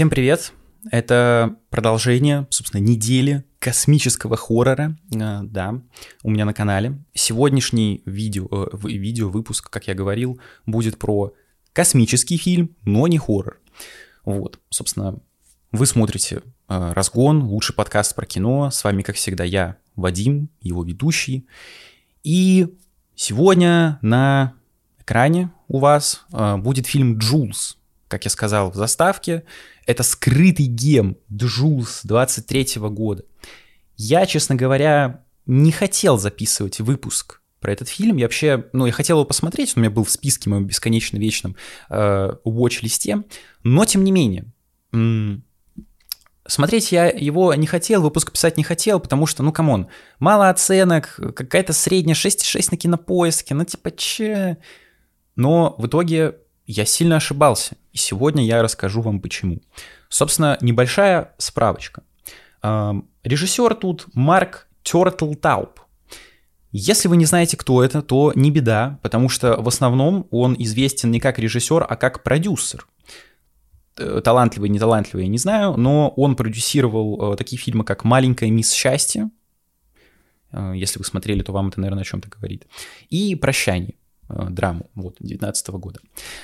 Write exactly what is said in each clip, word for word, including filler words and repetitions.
Всем привет! Это продолжение, собственно, недели космического хоррора, э, да, у меня на канале. Сегодняшний видео, э, видео, выпуск, как я говорил, будет про космический фильм, но не хоррор. Вот, собственно, вы смотрите э, «Разгон», лучший подкаст про кино. С вами, как всегда, я, Вадим, его ведущий. И сегодня на экране у вас э, будет фильм «Джулс». Как я сказал в заставке, это скрытый гем Джулс двадцать третьего года. Я, честно говоря, не хотел записывать выпуск про этот фильм. Я вообще, ну, я хотел его посмотреть, он у меня был в списке моем бесконечно вечном э, watch-листе, но тем не менее, м- смотреть я его не хотел, выпуск писать не хотел, потому что, ну, камон, мало оценок, какая-то средняя шесть и шесть на Кинопоиске, ну, типа, че? Но в итоге я сильно ошибался, и сегодня я расскажу вам почему. Собственно, небольшая справочка. Режиссер тут Марк Тёртлтауп. Если вы не знаете, кто это, то не беда, потому что в основном он известен не как режиссер, а как продюсер. Талантливый, неталантливый, я не знаю, но он продюсировал такие фильмы, как «Маленькая мисс Счастье». Если вы смотрели, то вам это, наверное, о чем-то говорит. И «Прощание», драму, вот, девятнадцатого года.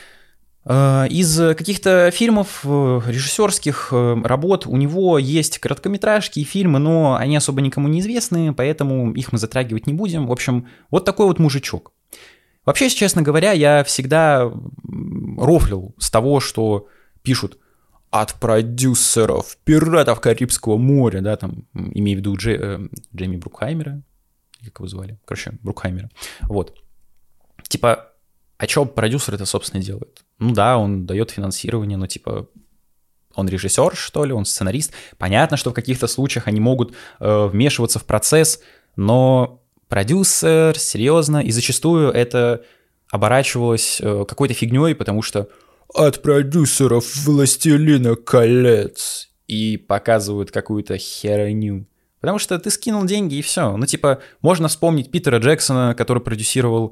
Из каких-то фильмов, режиссерских работ у него есть короткометражки и фильмы, но они особо никому не известны, поэтому их мы затрагивать не будем. В общем, вот такой вот мужичок. Вообще, честно говоря, я всегда рофлил с того, что пишут от продюсеров «Пиратов Карибского моря», да, там, имею в виду Дже, э, Джейми Брукхаймера, как его звали, короче, Брукхаймера, вот. Типа, а что продюсер это, собственно, делает? Ну да, он дает финансирование, но типа он режиссер, что ли, он сценарист. Понятно, что в каких-то случаях они могут э, вмешиваться в процесс, но продюсер, серьезно, и зачастую это оборачивалось э, какой-то фигней, потому что от продюсеров «Властелина колец» и показывают какую-то херню. Потому что ты скинул деньги и все. Ну типа можно вспомнить Питера Джексона, который продюсировал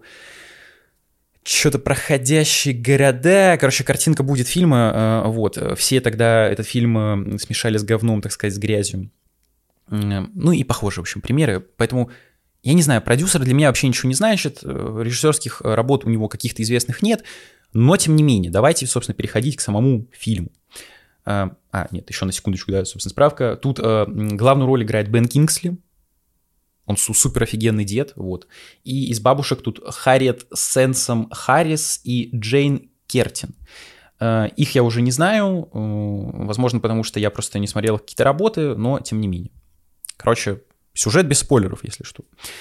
что-то «Проходящие города». Короче, картинка будет фильма. Вот. Все тогда этот фильм смешали с говном, так сказать, с грязью. Ну и похожие, в общем, примеры. Поэтому, я не знаю, продюсер для меня вообще ничего не значит. Режиссерских работ у него каких-то известных нет. Но, тем не менее, давайте, собственно, переходить к самому фильму. А, нет, еще на секундочку, да, собственно, справка. Тут главную роль играет Бен Кингсли. Он супер офигенный дед, вот. И из бабушек тут Харриет Сенсом Харрис и Джейн Кертин. Их я уже не знаю, возможно, потому что я просто не смотрел какие-то работы, но тем не менее. Короче, сюжет без спойлеров, если что.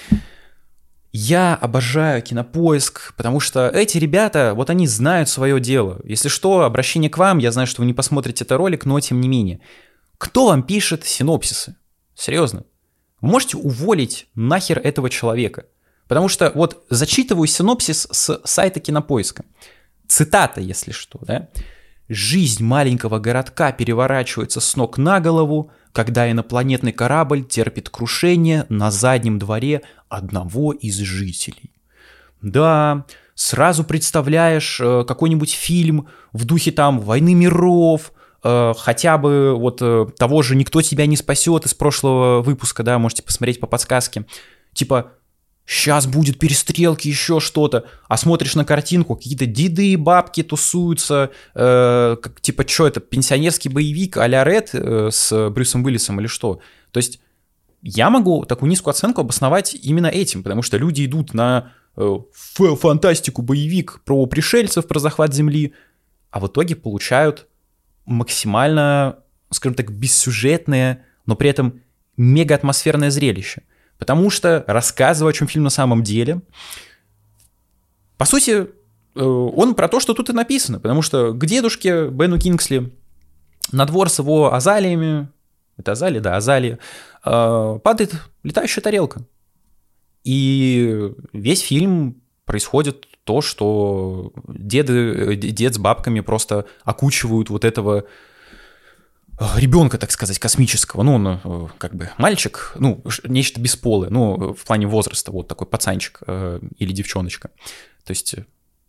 Я обожаю Кинопоиск, потому что эти ребята, вот они знают свое дело. Если что, обращение к вам, я знаю, что вы не посмотрите этот ролик, но тем не менее. Кто вам пишет синопсисы? Серьезно. Вы можете уволить нахер этого человека. Потому что вот зачитываю синопсис с сайта Кинопоиска. Цитата, если что, да. «Жизнь маленького городка переворачивается с ног на голову, когда инопланетный корабль терпит крушение на заднем дворе одного из жителей». Да, сразу представляешь какой-нибудь фильм в духе там «Войны миров», хотя бы вот того же «Никто тебя не спасет» из прошлого выпуска, да, можете посмотреть по подсказке. Типа, сейчас будет перестрелки, еще что-то, а смотришь на картинку, какие-то деды и бабки тусуются, э, как, типа, что это, пенсионерский боевик а-ля Ред э, с Брюсом Уиллисом или что? То есть я могу такую низкую оценку обосновать именно этим, потому что люди идут на э, фантастику, боевик про пришельцев, про захват Земли, а в итоге получают максимально, скажем так, бессюжетное, но при этом мега атмосферное зрелище. Потому что, рассказывая, о чем фильм на самом деле, по сути, он про то, что тут и написано. Потому что к дедушке Бену Кингсли на двор с его азалиями, это азалия, да, азалия, падает летающая тарелка. И весь фильм происходит то, что деды, дед с бабками просто окучивают вот этого ребенка, так сказать, космического. Ну, он как бы мальчик, ну, нечто бесполое, ну, в плане возраста, вот такой пацанчик или девчоночка. То есть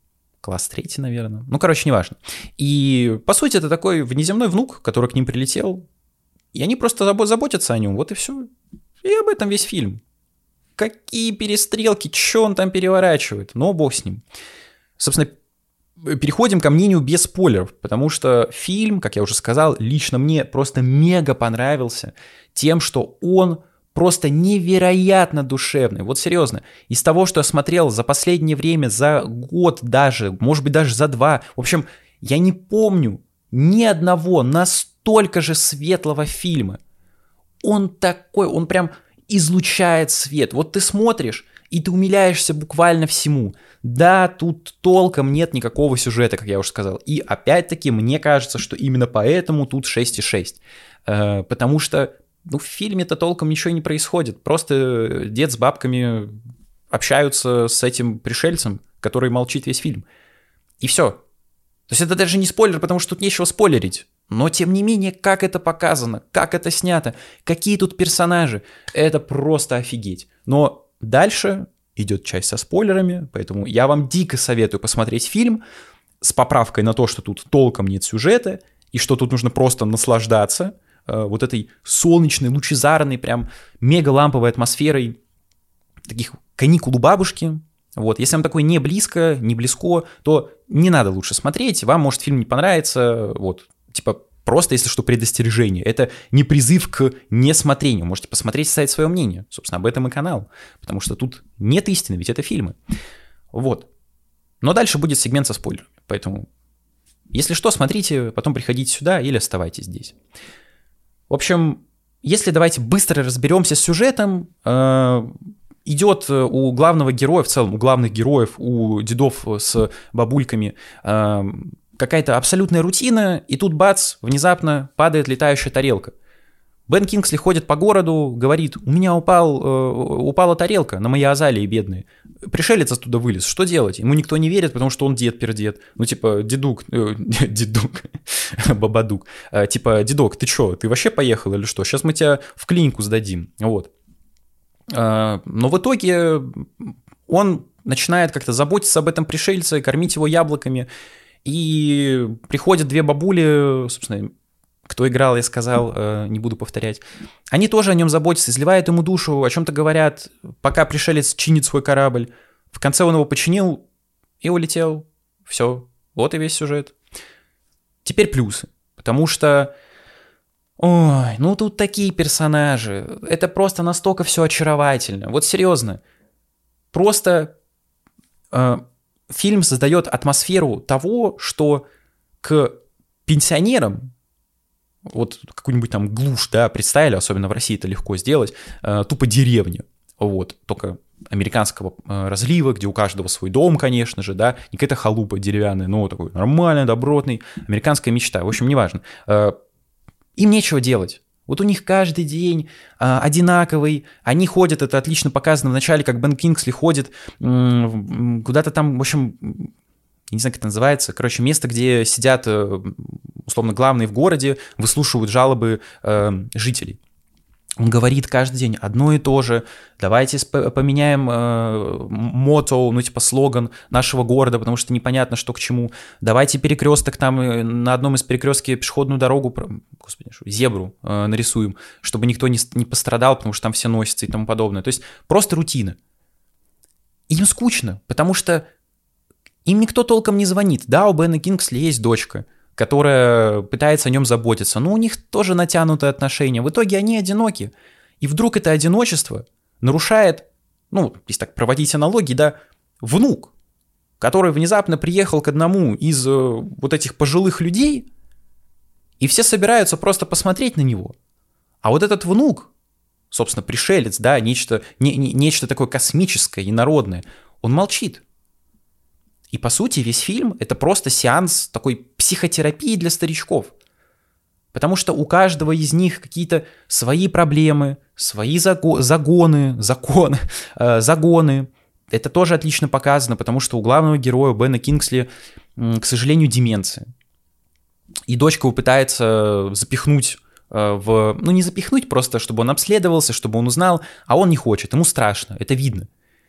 класс третий, наверное. Ну, короче, неважно. И, по сути, это такой внеземной внук, который к ним прилетел, и они просто заботятся о нем, вот и все. И об этом весь фильм. Какие перестрелки, что он там переворачивает, но бог с ним. Собственно, переходим ко мнению без спойлеров, потому что фильм, как я уже сказал, лично мне просто мега понравился тем, что он просто невероятно душевный. Вот серьезно, из того, что я смотрел за последнее время, за год даже, может быть даже за два, в общем, я не помню ни одного настолько же светлого фильма. Он такой, он прям излучает свет. Вот ты смотришь, и ты умиляешься буквально всему. Да, тут толком нет никакого сюжета, как я уже сказал. И опять-таки, мне кажется, что именно поэтому тут шесть и шесть. Э, потому что ну, в фильме-то толком ничего не происходит. Просто дед с бабками общаются с этим пришельцем, который молчит весь фильм. И все. То есть это даже не спойлер, потому что тут нечего спойлерить. Но тем не менее, как это показано, как это снято, какие тут персонажи, это просто офигеть. Но дальше идет часть со спойлерами, поэтому я вам дико советую посмотреть фильм с поправкой на то, что тут толком нет сюжета, и что тут нужно просто наслаждаться э, вот этой солнечной, лучезарной, прям мега-ламповой атмосферой таких каникул у бабушки. Вот. Если вам такое не близко, не близко, то не надо лучше смотреть, вам может фильм не понравится, вот. Типа, просто, если что, предостережение. Это не призыв к несмотрению. Можете посмотреть и составить свое мнение. Собственно, об этом и канал. Потому что тут нет истины, ведь это фильмы. Вот. Но дальше будет сегмент со спойлерами. Поэтому, если что, смотрите, потом приходите сюда или оставайтесь здесь. В общем, если давайте быстро разберемся с сюжетом, э- идет у главного героя, в целом у главных героев, у дедов с бабульками, э- какая-то абсолютная рутина, и тут бац, внезапно падает летающая тарелка. Бен Кингсли ходит по городу, говорит, у меня упал, э, упала тарелка на мои азалии бедные. Пришелец оттуда вылез, что делать? Ему никто не верит, потому что он дед-пердед. Ну типа, дедук, э, дедук, бабадук. Э, типа, дедок, ты чё, ты вообще поехал или что? Сейчас мы тебя в клинику сдадим. Вот. Э, но в итоге он начинает как-то заботиться об этом пришельце, кормить его яблоками. И приходят две бабули, собственно, кто играл, я сказал, не буду повторять. Они тоже о нем заботятся, изливают ему душу, о чем-то говорят, пока пришелец чинит свой корабль. В конце он его починил и улетел. Все, вот и весь сюжет. Теперь плюсы, потому что... Ой, ну тут такие персонажи. Это просто настолько все очаровательно. Вот серьезно. Просто... Э, Фильм создает атмосферу того, что к пенсионерам, вот какую-нибудь там глушь, да, представили, особенно в России это легко сделать, э, тупо деревню, вот, только американского э, разлива, где у каждого свой дом, конечно же, да, не какая-то халупа деревянная, но такой нормальный, добротный, американская мечта, в общем, неважно. Э, им нечего делать. Вот у них каждый день а, одинаковый, они ходят, это отлично показано в начале, как Бен Кингсли ходит м- куда-то там, в общем, я не знаю, как это называется, короче, место, где сидят, условно, главные в городе, выслушивают жалобы э, жителей. Он говорит каждый день одно и то же. Давайте поменяем э, мотто, ну типа слоган нашего города, потому что непонятно, что к чему. Давайте перекресток там на одном из перекрестков пешеходную дорогу, господи, зебру э, нарисуем, чтобы никто не, не пострадал, потому что там все носятся и тому подобное. То есть просто рутина. И им скучно, потому что им никто толком не звонит. Да, у Бена Кингсли есть дочка, которая пытается о нем заботиться, но у них тоже натянутые отношения. В итоге они одиноки. И вдруг это одиночество нарушает, ну, если так проводить аналогии, да, внук, который внезапно приехал к одному из э, вот этих пожилых людей, и все собираются просто посмотреть на него. А вот этот внук, собственно, пришелец, да, нечто, не, не, нечто такое космическое, инородное, он молчит. И, по сути, весь фильм — это просто сеанс такой психотерапии для старичков. Потому что у каждого из них какие-то свои проблемы, свои заго- загоны, законы, э, загоны. Это тоже отлично показано, потому что у главного героя Бена Кингсли, э, к сожалению, деменция. И дочка его пытается запихнуть э, в... Ну, не запихнуть, просто чтобы он обследовался, чтобы он узнал, а он не хочет, ему страшно, это видно.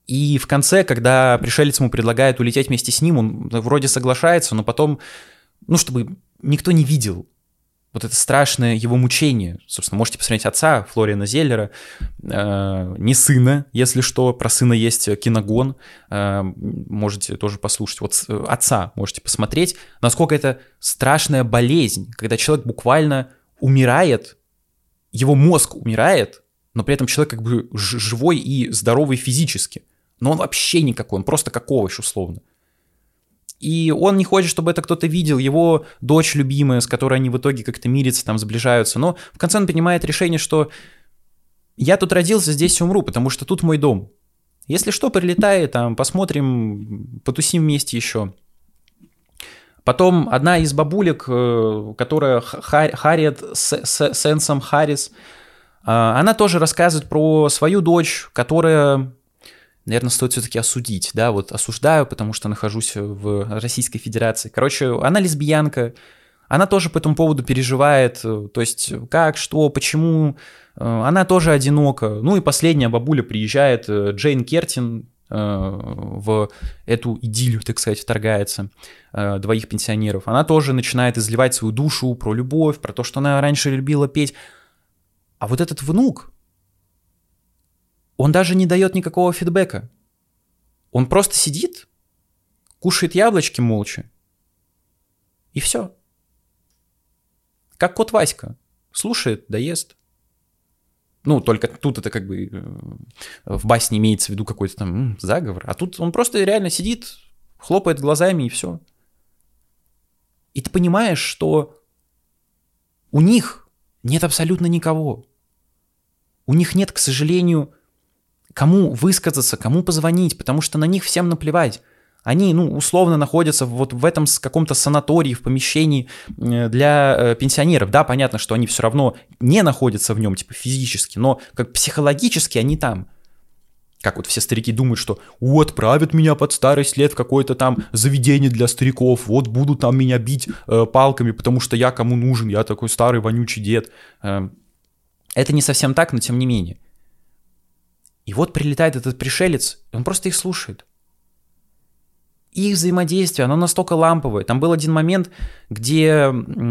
И в конце, когда пришелец ему предлагает улететь вместе с ним, он вроде соглашается, но потом, ну, чтобы никто не видел вот это страшное его мучение. Собственно, можете посмотреть отца Флориана Зеллера, э, не сына, если что, про сына есть киногон, э, можете тоже послушать. Вот отца можете посмотреть, насколько это страшная болезнь, когда человек буквально умирает, его мозг умирает, но при этом человек как бы живой и здоровый физически. Но он вообще никакой, он просто как овощ условно. И он не хочет, чтобы это кто-то видел, его дочь любимая, с которой они в итоге как-то мирятся, там сближаются. Но в конце он принимает решение, что я тут родился, здесь умру, потому что тут мой дом. Если что, прилетай, там, посмотрим, потусим вместе еще. Потом одна из бабулек, которая Харриет Сенсом Харрис, она тоже рассказывает про свою дочь, которая... Наверное, стоит все-таки осудить, да, вот осуждаю, потому что нахожусь в Российской Федерации. Короче, она лесбиянка, она тоже по этому поводу переживает, то есть как, что, почему, она тоже одинока. Ну и последняя бабуля приезжает, Джейн Кертин, в эту идиллию, так сказать, вторгается, двоих пенсионеров. Она тоже начинает изливать свою душу про любовь, про то, что она раньше любила петь. А вот этот внук, он даже не дает никакого фидбэка. Он просто сидит, кушает яблочки молча, и все. Как кот Васька. Слушает, да ест. Ну, только тут это как бы в басне имеется в виду какой-то там м, заговор. А тут он просто реально сидит, хлопает глазами, и все. И ты понимаешь, что у них нет абсолютно никого. У них нет, к сожалению, кому высказаться, кому позвонить, потому что на них всем наплевать. Они, ну, условно находятся вот в этом каком-то санатории, в помещении для пенсионеров. Да, понятно, что они все равно не находятся в нем, типа, физически, но как психологически они там. Как вот все старики думают, что вот, отправят меня под старость лет в какое-то там заведение для стариков, вот будут там меня бить э, палками, потому что я кому нужен, я такой старый вонючий дед. Э, это не совсем так, но тем не менее. И вот прилетает этот пришелец, и он просто их слушает. Их взаимодействие, оно настолько ламповое. Там был один момент, где...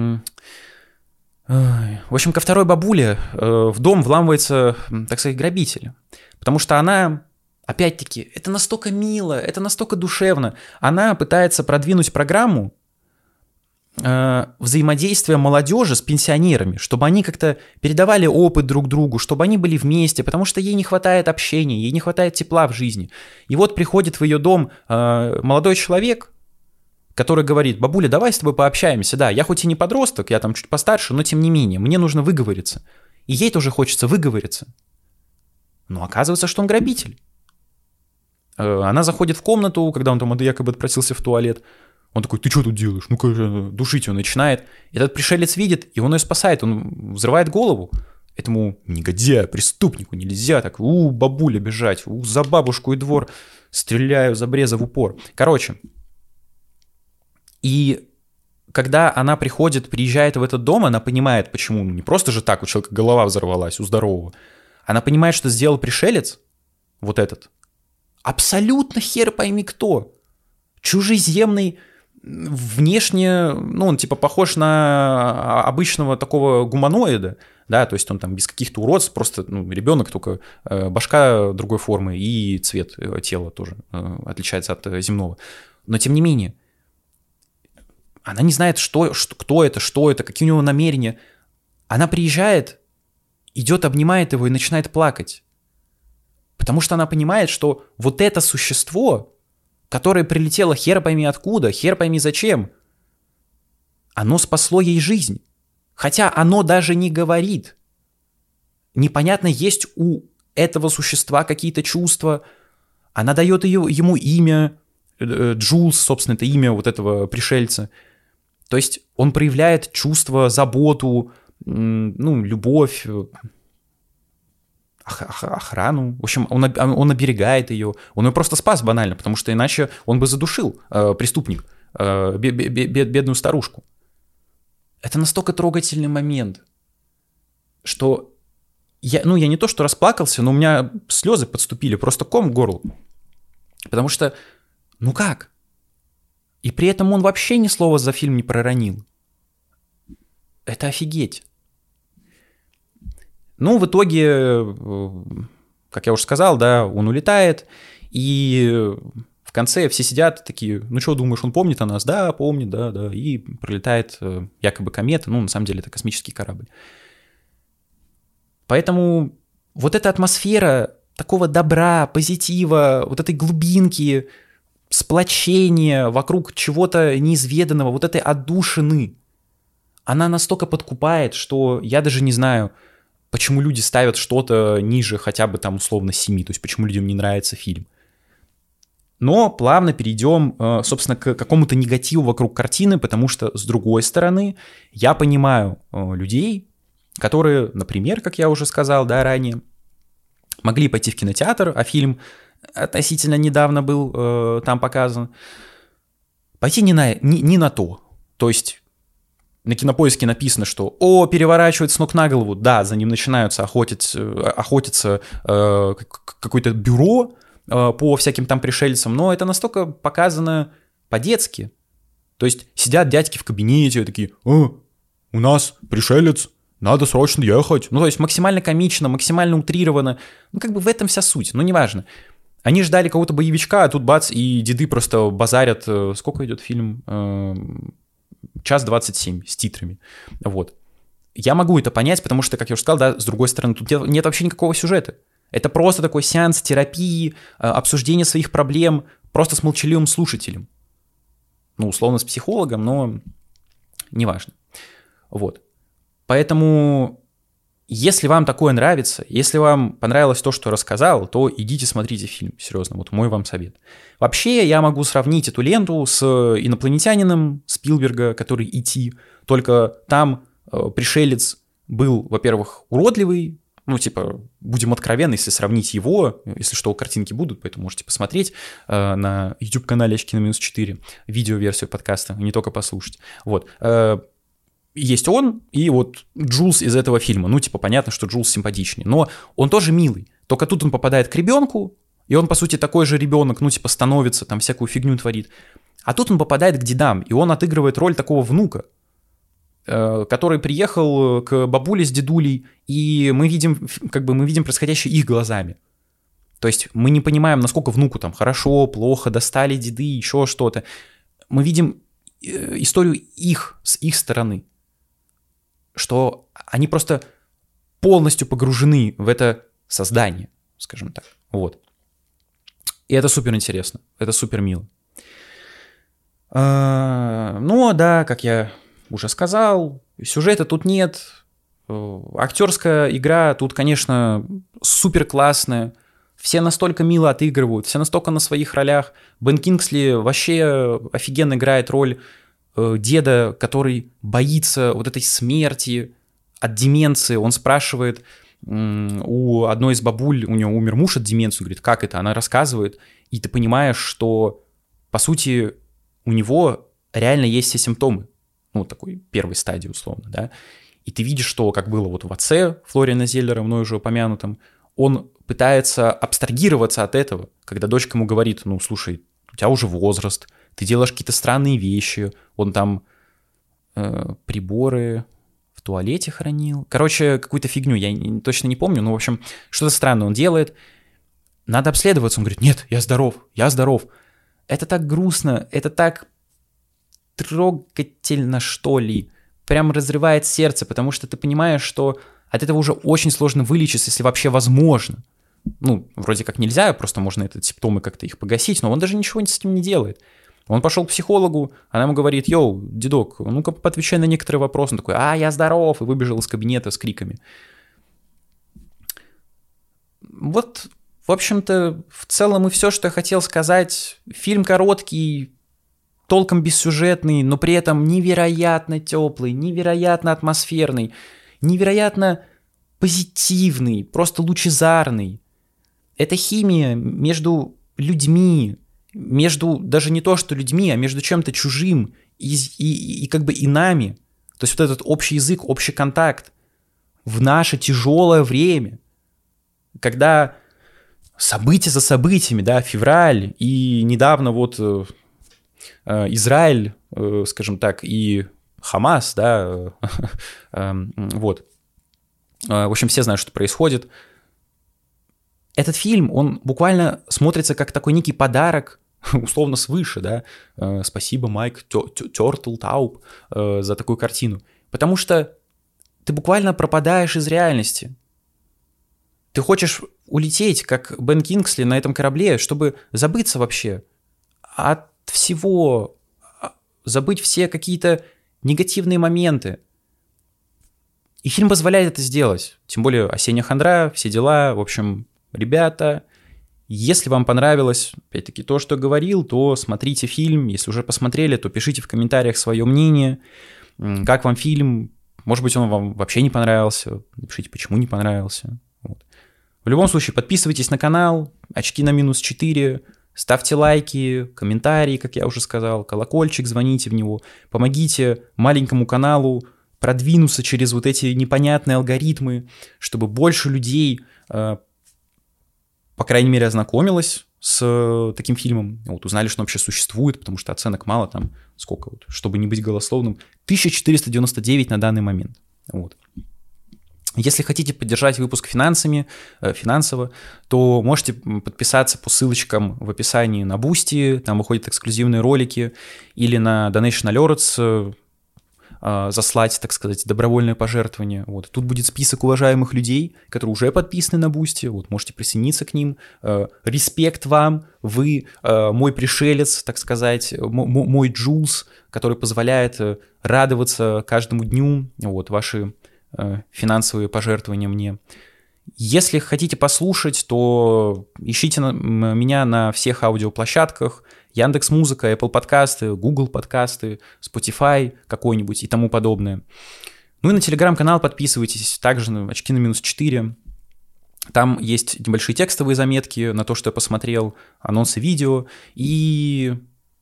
В общем, ко второй бабуле в дом вламывается, так сказать, грабитель. Потому что она, опять-таки, это настолько мило, это настолько душевно. Она пытается продвинуть программу взаимодействия молодежи с пенсионерами, чтобы они как-то передавали опыт друг другу, чтобы они были вместе, потому что ей не хватает общения, ей не хватает тепла в жизни. И вот приходит в ее дом э, молодой человек, который говорит: бабуля, давай с тобой пообщаемся, да, я хоть и не подросток, я там чуть постарше, но тем не менее, мне нужно выговориться. И ей тоже хочется выговориться. Но оказывается, что он грабитель. Э, она заходит в комнату, когда он там якобы отпросился в туалет. Он такой: ты что тут делаешь? Ну-ка, душить его начинает. И этот пришелец видит, и он ее спасает, он взрывает голову. Этому негодяю, преступнику нельзя так, у, бабуля бежать, у, за бабушку и двор, стреляю за бреза в упор. Короче, и когда она приходит, приезжает в этот дом, она понимает, почему, ну не просто же так у человека голова взорвалась, у здорового. Она понимает, что сделал пришелец, вот этот, абсолютно хер пойми кто, чужеземный, внешне, ну, он типа похож на обычного такого гуманоида, да, то есть он там без каких-то уродств, просто ну, ребенок, только э, башка другой формы и цвет э, тела тоже э, отличается от э, земного. Но тем не менее, она не знает, что, что, кто это, что это, какие у него намерения. Она приезжает, идет, обнимает его и начинает плакать. Потому что она понимает, что вот это существо, которое прилетело хер пойми откуда, хер пойми зачем, оно спасло ей жизнь. Хотя оно даже не говорит. Непонятно, есть у этого существа какие-то чувства. Она дает ее, ему имя, Джулс, собственно, это имя вот этого пришельца. То есть он проявляет чувство, заботу, ну, любовь, охрану. В общем, он, он оберегает ее. Он ее просто спас банально, потому что иначе он бы задушил э, преступник, э, бед, бед, бедную старушку. Это настолько трогательный момент, что я, ну, я не то что расплакался, но у меня слезы подступили, просто ком в горло. Потому что, ну как? И при этом он вообще ни слова за фильм не проронил. Это офигеть. Ну, в итоге, как я уже сказал, да, он улетает, и в конце все сидят такие, ну что, думаешь, он помнит о нас? Да, помнит, да, да, и пролетает якобы комета, ну, на самом деле это космический корабль. Поэтому вот эта атмосфера такого добра, позитива, вот этой глубинки, сплочения вокруг чего-то неизведанного, вот этой отдушины, она настолько подкупает, что я даже не знаю, почему люди ставят что-то ниже хотя бы там условно семи, то есть почему людям не нравится фильм. Но плавно перейдем, собственно, к какому-то негативу вокруг картины, потому что, с другой стороны, я понимаю людей, которые, например, как я уже сказал, да, ранее, могли пойти в кинотеатр, а фильм относительно недавно был э, там показан, пойти не на, не, не на то. То есть на Кинопоиске написано, что «О, переворачивает с ног на голову». Да, за ним начинаются охотить, охотиться э, какое-то бюро э, по всяким там пришельцам, но это настолько показано по-детски. То есть сидят дядьки в кабинете такие «О, у нас пришелец, надо срочно ехать». Ну, то есть максимально комично, максимально утрированно. Ну, как бы в этом вся суть, но неважно. Они ждали какого-то боевичка, а тут бац, и деды просто базарят. Сколько идет фильм? час двадцать семь с титрами. Вот. Я могу это понять, потому что, как я уже сказал, да, с другой стороны, тут нет вообще никакого сюжета. Это просто такой сеанс терапии, обсуждение своих проблем просто с молчаливым слушателем. Ну, условно, с психологом, но неважно. Вот. Поэтому, если вам такое нравится, если вам понравилось то, что рассказал, то идите смотрите фильм, серьезно, вот мой вам совет. Вообще, я могу сравнить эту ленту с «Инопланетянином» Спилберга, который «И Ти», только там э, пришелец был, во-первых, уродливый, ну, типа, будем откровенны, если сравнить его, если что, картинки будут, поэтому можете посмотреть э, на YouTube-канале Очки на минус четыре, видеоверсию подкаста, не только послушать. Вот. Э, Есть он и вот Джулс из этого фильма. Ну, типа, понятно, что Джулс симпатичнее. Но он тоже милый. Только тут он попадает к ребенку, и он, по сути, такой же ребенок, ну, типа, становится, там, всякую фигню творит. А тут он попадает к дедам, и он отыгрывает роль такого внука, э, который приехал к бабуле с дедулей, и мы видим, как бы, мы видим происходящее их глазами. То есть мы не понимаем, насколько внуку там хорошо, плохо, достали деды, еще что-то. Мы видим э, историю их, с их стороны. Что они просто полностью погружены в это создание, скажем так. Вот. И это супер интересно, это супер мило. А, ну да, как я уже сказал, сюжета тут нет. Актерская игра тут, конечно, супер классная. Все настолько мило отыгрывают, все настолько на своих ролях. Бен Кингсли вообще офигенно играет роль деда, который боится вот этой смерти от деменции. Он спрашивает у одной из бабуль, у нее умер муж от деменции, говорит, как это? Она рассказывает, и ты понимаешь, что, по сути, у него реально есть все симптомы. Ну, такой первой стадии, условно, да. И ты видишь, что, как было вот в «Отце» Флориана Зеллера, мной уже упомянутом, он пытается абстрагироваться от этого, когда дочка ему говорит, ну, слушай, у тебя уже возраст, ты делаешь какие-то странные вещи, он там э, приборы в туалете хранил. Короче, какую-то фигню, я не, точно не помню, но, в общем, что-то странное он делает. Надо обследоваться. Он говорит, нет, я здоров, я здоров. Это так грустно, это так трогательно, что ли. Прям разрывает сердце, потому что ты понимаешь, что от этого уже очень сложно вылечиться, если вообще возможно. Ну, вроде как нельзя, просто можно эти симптомы как-то их погасить, но он даже ничего с этим не делает. Он пошел к психологу, она ему говорит, йоу, дедок, ну-ка отвечай на некоторые вопросы. Он такой, а, я здоров, и выбежал из кабинета с криками. Вот, в общем-то, в целом и все, что я хотел сказать. Фильм короткий, толком бессюжетный, но при этом невероятно теплый, невероятно атмосферный, невероятно позитивный, просто лучезарный. Это химия между людьми, между даже не то, что людьми, а между чем-то чужим и, и, и как бы и нами. То есть вот этот общий язык, общий контакт в наше тяжелое время, когда события за событиями, да, февраль, и недавно вот э, Израиль, э, скажем так, и Хамас, да, э, вот. В общем, все знают, что происходит. Этот фильм, он буквально смотрится как такой некий подарок, условно свыше, да. Спасибо, Майк Тёртл Тауб, за такую картину. Потому что ты буквально пропадаешь из реальности. Ты хочешь улететь, как Бен Кингсли на этом корабле, чтобы забыться вообще от всего, забыть все какие-то негативные моменты. И фильм позволяет это сделать. Тем более осенняя хандра, все дела. В общем, ребята, если вам понравилось, опять-таки, то, что говорил, то смотрите фильм. Если уже посмотрели, то пишите в комментариях свое мнение. Как вам фильм? Может быть, он вам вообще не понравился. Напишите, почему не понравился. Вот. В любом случае, подписывайтесь на канал. Очки на минус четыре. Ставьте лайки, комментарии, как я уже сказал. Колокольчик, звоните в него. Помогите маленькому каналу продвинуться через вот эти непонятные алгоритмы, чтобы больше людей, по крайней мере, ознакомилось с таким фильмом, вот, узнали, что он вообще существует, потому что оценок мало, там, сколько, вот, чтобы не быть голословным, тысяча четыреста девяносто девять на данный момент. Вот. Если хотите поддержать выпуск финансами, финансово, то можете подписаться по ссылочкам в описании на Boosty, там выходят эксклюзивные ролики, или на Donation Alerts, заслать, так сказать, добровольное пожертвование. Вот. Тут будет список уважаемых людей, которые уже подписаны на Boosty. Вот, можете присоединиться к ним. Респект вам, вы мой пришелец, так сказать, мой Джулс, который позволяет радоваться каждому дню. Вот, ваши финансовые пожертвования мне. Если хотите послушать, то ищите меня на всех аудиоплощадках. Яндекс.Музыка, Apple подкасты, Google подкасты, Spotify какой-нибудь и тому подобное. Ну и на телеграм-канал подписывайтесь, также на очки на минус четыре. Там есть небольшие текстовые заметки на то, что я посмотрел, анонсы видео и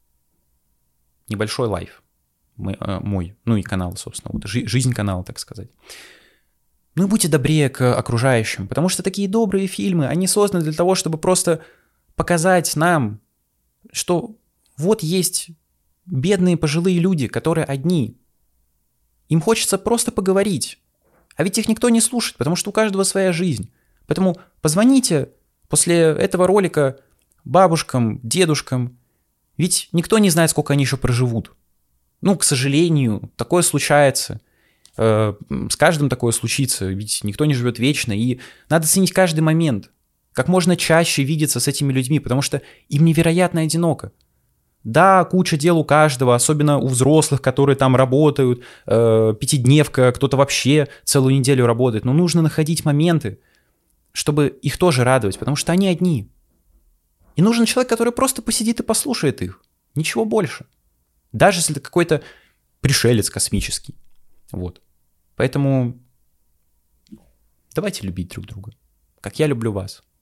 небольшой лайв мой, ну и канал, собственно, вот, жизнь канала, так сказать. Ну и будьте добрее к окружающим, потому что такие добрые фильмы, они созданы для того, чтобы просто показать нам, что вот есть бедные пожилые люди, которые одни. Им хочется просто поговорить. А ведь их никто не слушает, потому что у каждого своя жизнь. Поэтому позвоните после этого ролика бабушкам, дедушкам. Ведь никто не знает, сколько они еще проживут. Ну, к сожалению, такое случается. С каждым такое случится, ведь никто не живет вечно. И надо ценить каждый момент. Как можно чаще видеться с этими людьми, потому что им невероятно одиноко. Да, куча дел у каждого, особенно у взрослых, которые там работают, э, пятидневка, кто-то вообще целую неделю работает. Но нужно находить моменты, чтобы их тоже радовать, потому что они одни. И нужен человек, который просто посидит и послушает их. Ничего больше. Даже если это какой-то пришелец космический. Вот. Поэтому давайте любить друг друга, как я люблю вас.